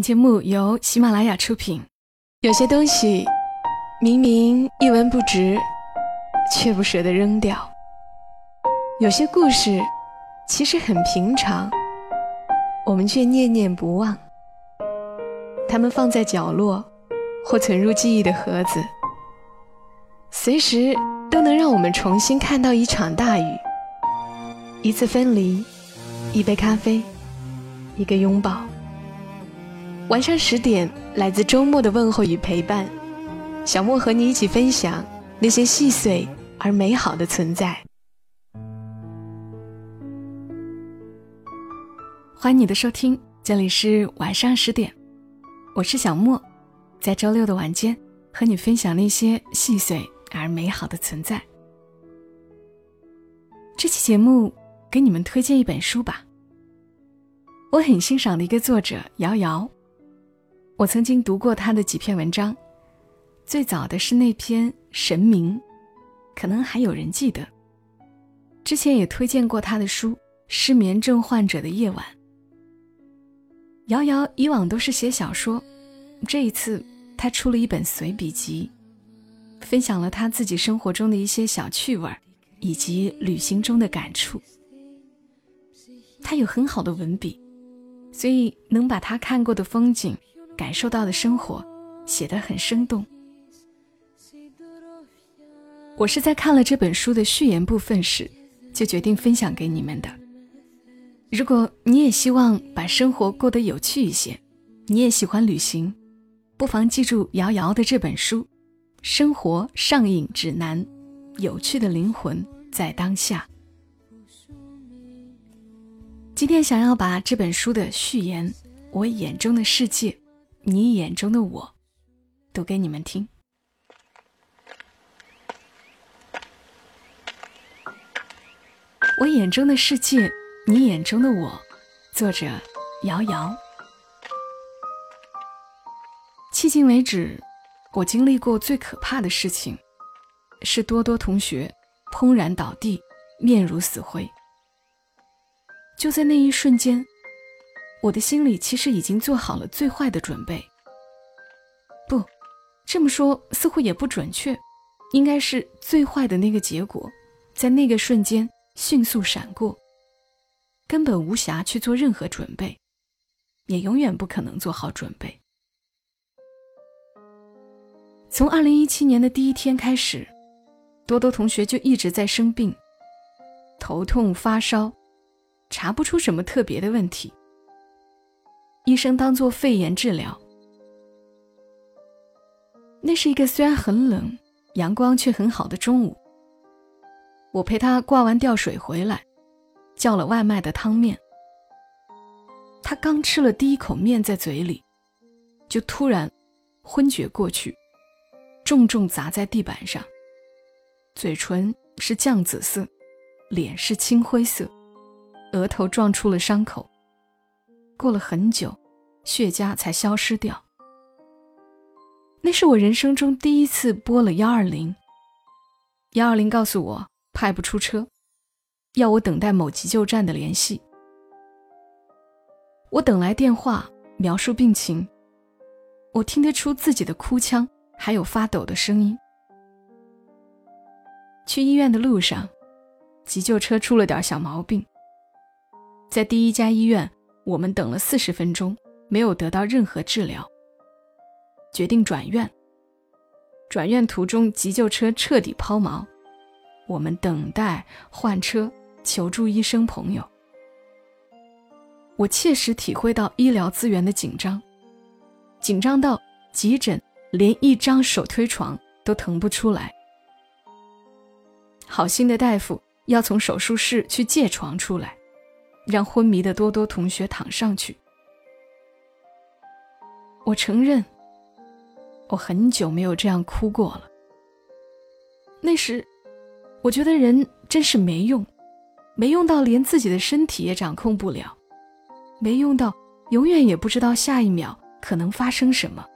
节目由喜马拉雅出品。有些东西明明一文不值，却不舍得扔掉；有些故事其实很平常，我们却念念不忘。它们放在角落，或存入记忆的盒子，随时都能让我们重新看到一场大雨，一次分离，一杯咖啡，一个拥抱。晚上10点，来自周末的问候与陪伴，小莫和你一起分享那些细碎而美好的存在。欢迎你的收听，这里是晚上10点，我是小莫，在周六的晚间和你分享那些细碎而美好的存在。这期节目给你们推荐一本书吧，我很欣赏的一个作者瑶瑶。我曾经读过他的几篇文章，最早的是那篇《神明》，可能还有人记得。之前也推荐过他的书《失眠症患者的夜晚》。瑶瑶以往都是写小说，这一次他出了一本随笔集，分享了他自己生活中的一些小趣味以及旅行中的感触。他有很好的文笔，所以能把他看过的风景，感受到的生活写得很生动。我是在看了这本书的序言部分时就决定分享给你们的。如果你也希望把生活过得有趣一些，你也喜欢旅行，不妨记住瑶瑶的这本书《生活上瘾指南：有趣的灵魂在当下》。今天想要把这本书的序言，我眼中的世界，你眼中的我，读给你们听。我眼中的世界，你眼中的我，作者瑶瑶。迄今为止，我经历过最可怕的事情，是多多同学怦然倒地，面如死灰。就在那一瞬间，我的心里其实已经做好了最坏的准备。不，这么说似乎也不准确，应该是最坏的那个结果，在那个瞬间迅速闪过，根本无暇去做任何准备，也永远不可能做好准备。从2017年的第一天开始，多多同学就一直在生病，头痛发烧，查不出什么特别的问题，医生当作肺炎治疗。那是一个虽然很冷，阳光却很好的中午，我陪他挂完吊水回来，叫了外卖的汤面。他刚吃了第一口面在嘴里，就突然昏厥过去，重重砸在地板上，嘴唇是酱紫色，脸是青灰色，额头撞出了伤口，过了很久，血痂才消失掉。那是我人生中第一次拨了120，120告诉我派不出车，要我等待某急救站的联系。我等来电话，描述病情，我听得出自己的哭腔，还有发抖的声音。去医院的路上，急救车出了点小毛病，在第一家医院，我们等了40分钟，没有得到任何治疗，决定转院。转院途中，急救车彻底抛锚，我们等待换车，求助医生朋友。我切实体会到医疗资源的紧张，紧张到急诊连一张手推床都腾不出来。好心的大夫要从手术室去借床出来，让昏迷的多多同学躺上去。我承认，我很久没有这样哭过了。那时，我觉得人真是没用，没用到连自己的身体也掌控不了，没用到永远也不知道下一秒可能发生什么。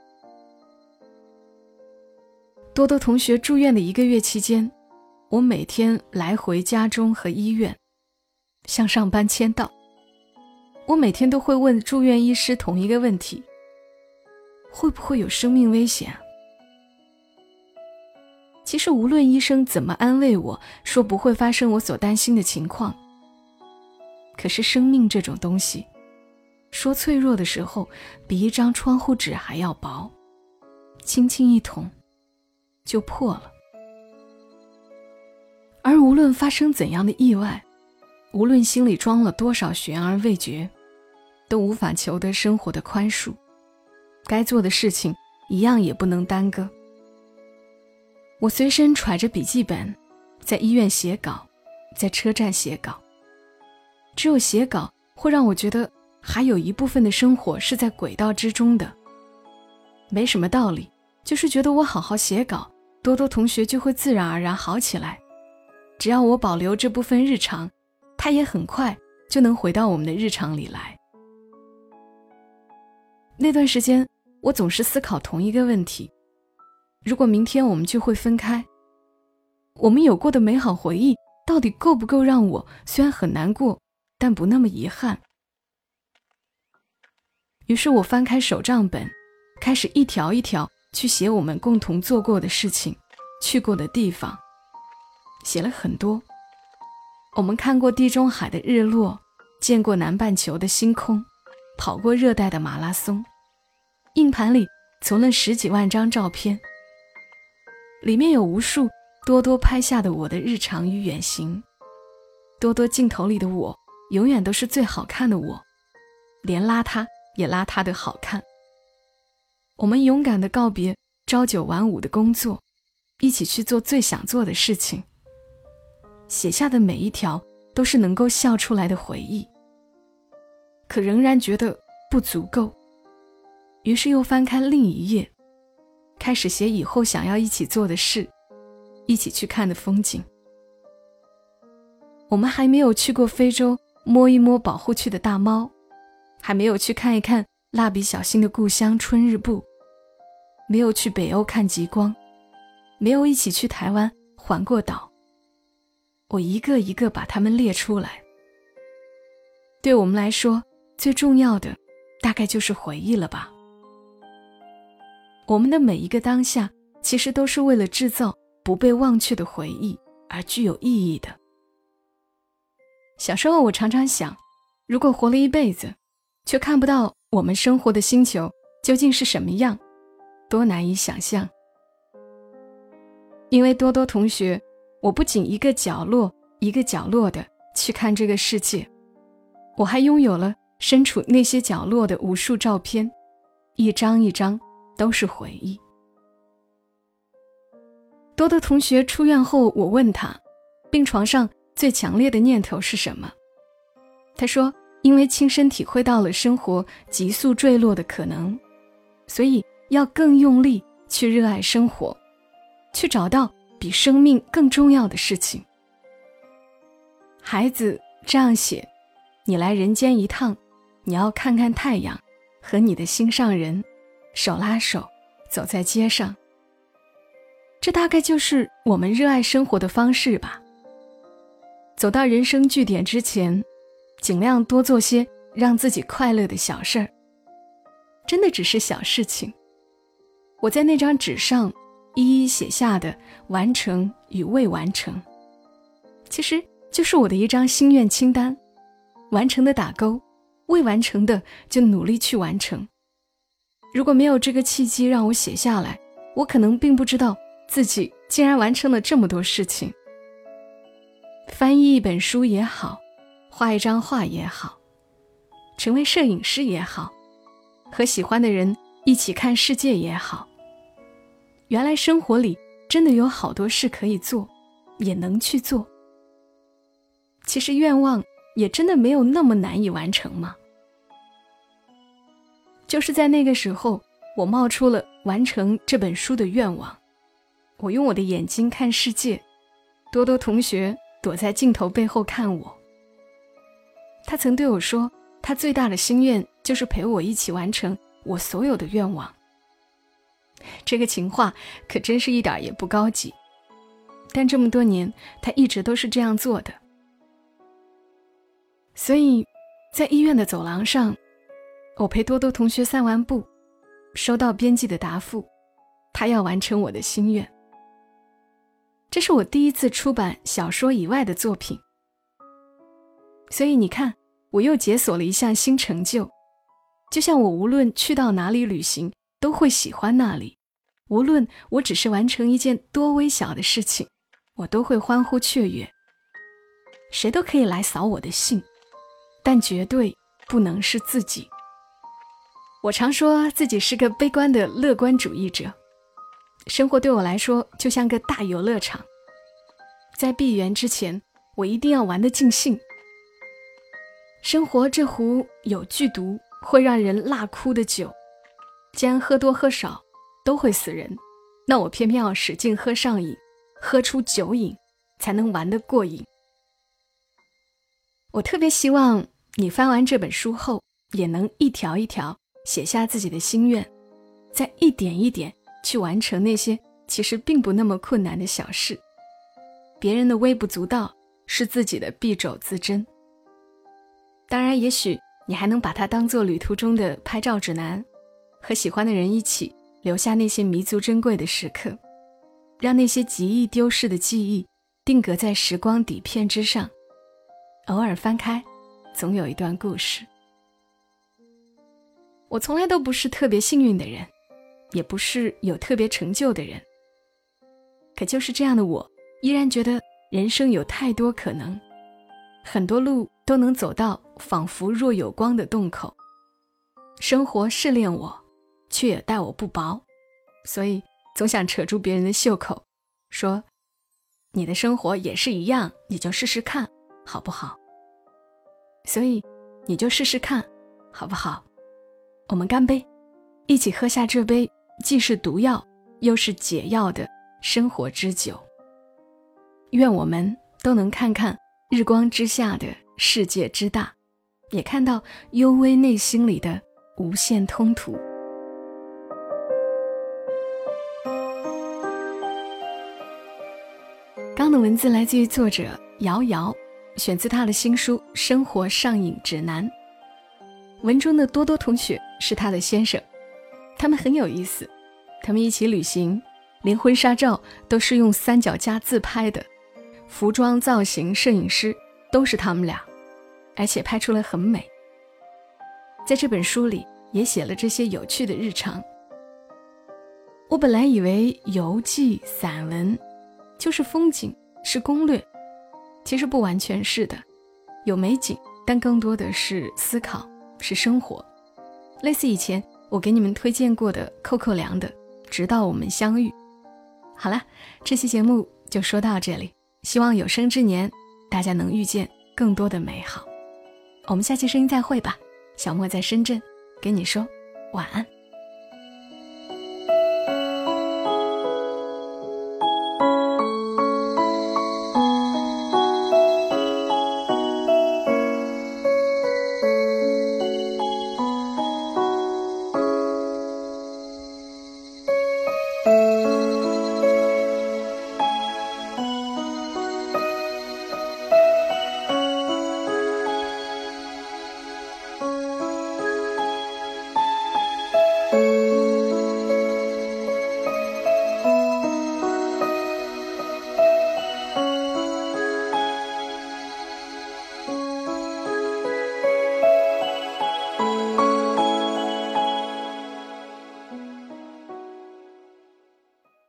多多同学住院的1个月期间，我每天来回家中和医院，像上班签到。我每天都会问住院医师同一个问题， 会不会有生命危险？其实无论医生怎么安慰我，说不会发生我所担心的情况，可是生命这种东西，说脆弱的时候，比一张窗户纸还要薄，轻轻一捅就破了。而无论发生怎样的意外，无论心里装了多少悬而未决，都无法求得生活的宽恕，该做的事情一样也不能耽搁。我随身揣着笔记本，在医院写稿，在车站写稿。只有写稿会让我觉得还有一部分的生活是在轨道之中的。没什么道理，就是觉得我好好写稿，多多同学就会自然而然好起来。只要我保留这部分日常，他也很快就能回到我们的日常里来。那段时间，我总是思考同一个问题：如果明天我们就会分开，我们有过的美好回忆到底够不够让我虽然很难过，但不那么遗憾？于是我翻开手账本，开始一条一条去写我们共同做过的事情，去过的地方，写了很多。我们看过地中海的日落，见过南半球的星空，跑过热带的马拉松。硬盘里存了10几万张照片，里面有无数多多拍下的我的日常与远行。多多镜头里的我永远都是最好看的我，连邋遢也邋遢的好看。我们勇敢地告别朝9晚5的工作，一起去做最想做的事情。写下的每一条都是能够笑出来的回忆，可仍然觉得不足够。于是又翻开另一页，开始写以后想要一起做的事，一起去看的风景。我们还没有去过非洲摸一摸保护区的大猫，还没有去看一看蜡笔小新的故乡春日部，没有去北欧看极光，没有一起去台湾环过岛。我一个一个把它们列出来。对我们来说，最重要的大概就是回忆了吧。我们的每一个当下，其实都是为了制造不被忘却的回忆而具有意义的。小时候我常常想，如果活了一辈子，却看不到我们生活的星球究竟是什么样，多难以想象。因为多多同学，我不仅一个角落一个角落的去看这个世界，我还拥有了身处那些角落的无数照片，一张一张都是回忆。多多同学出院后，我问他，病床上最强烈的念头是什么？他说，因为亲身体会到了生活急速坠落的可能，所以要更用力去热爱生活，去找到比生命更重要的事情。孩子这样写，你来人间一趟，你要看看太阳，和你的心上人手拉手走在街上。这大概就是我们热爱生活的方式吧。走到人生据点之前，尽量多做些让自己快乐的小事儿。真的只是小事情。我在那张纸上一一写下的完成与未完成，其实就是我的一张心愿清单，完成的打勾，未完成的就努力去完成。如果没有这个契机让我写下来，我可能并不知道自己竟然完成了这么多事情。翻译一本书也好，画一张画也好，成为摄影师也好，和喜欢的人一起看世界也好，原来生活里真的有好多事可以做，也能去做。其实愿望也真的没有那么难以完成嘛。就是在那个时候，我冒出了完成这本书的愿望。我用我的眼睛看世界，多多同学躲在镜头背后看我。他曾对我说，他最大的心愿就是陪我一起完成我所有的愿望。这个情话可真是一点也不高级，但这么多年他一直都是这样做的。所以在医院的走廊上，我陪多多同学散完步， 收到编辑的答复，他要完成我的心愿。这是我第一次出版小说以外的作品，所以你看，我又解锁了一项新成就。就像我无论去到哪里旅行，都会喜欢那里，无论我只是完成一件多微小的事情，我都会欢呼雀跃。谁都可以来扫我的兴，但绝对不能是自己。我常说自己是个悲观的乐观主义者，生活对我来说就像个大游乐场，在闭园之前，我一定要玩得尽兴。生活这壶有剧毒，会让人辣哭的酒，既然喝多喝少都会死人，那我偏偏要使劲喝上瘾，喝出酒瘾，才能玩得过瘾。我特别希望你翻完这本书后，也能一条一条写下自己的心愿，再一点一点去完成那些其实并不那么困难的小事。别人的微不足道，是自己的敝帚自珍。当然，也许你还能把它当作旅途中的拍照指南，和喜欢的人一起留下那些弥足珍贵的时刻，让那些极易丢失的记忆定格在时光底片之上，偶尔翻开，总有一段故事。我从来都不是特别幸运的人，也不是有特别成就的人，可就是这样的我，依然觉得人生有太多可能，很多路都能走到仿佛若有光的洞口。生活试炼我，却也待我不薄，所以总想扯住别人的袖口，说你的生活也是一样，你就试试看好不好？所以你就试试看好不好？我们干杯，一起喝下这杯既是毒药又是解药的生活之酒。愿我们都能看看日光之下的世界之大，也看到幽微内心里的无限通途。刚的文字来自于作者瑶瑶，选自他的新书《生活上瘾指南》。文中的多多同学是他的先生，他们很有意思，他们一起旅行，连婚纱照都是用三脚架自拍的，服装造型摄影师都是他们俩，而且拍出了很美。在这本书里也写了这些有趣的日常。我本来以为游记散文就是风景，是攻略，其实不完全是的，有美景，但更多的是思考，是生活。类似以前我给你们推荐过的寇寇良的《直到我们相遇》。好了，这期节目就说到这里，希望有生之年大家能遇见更多的美好。我们下期声音再会吧，小莫在深圳跟你说晚安。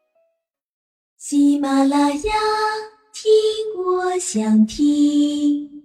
喜马拉雅，听我想听。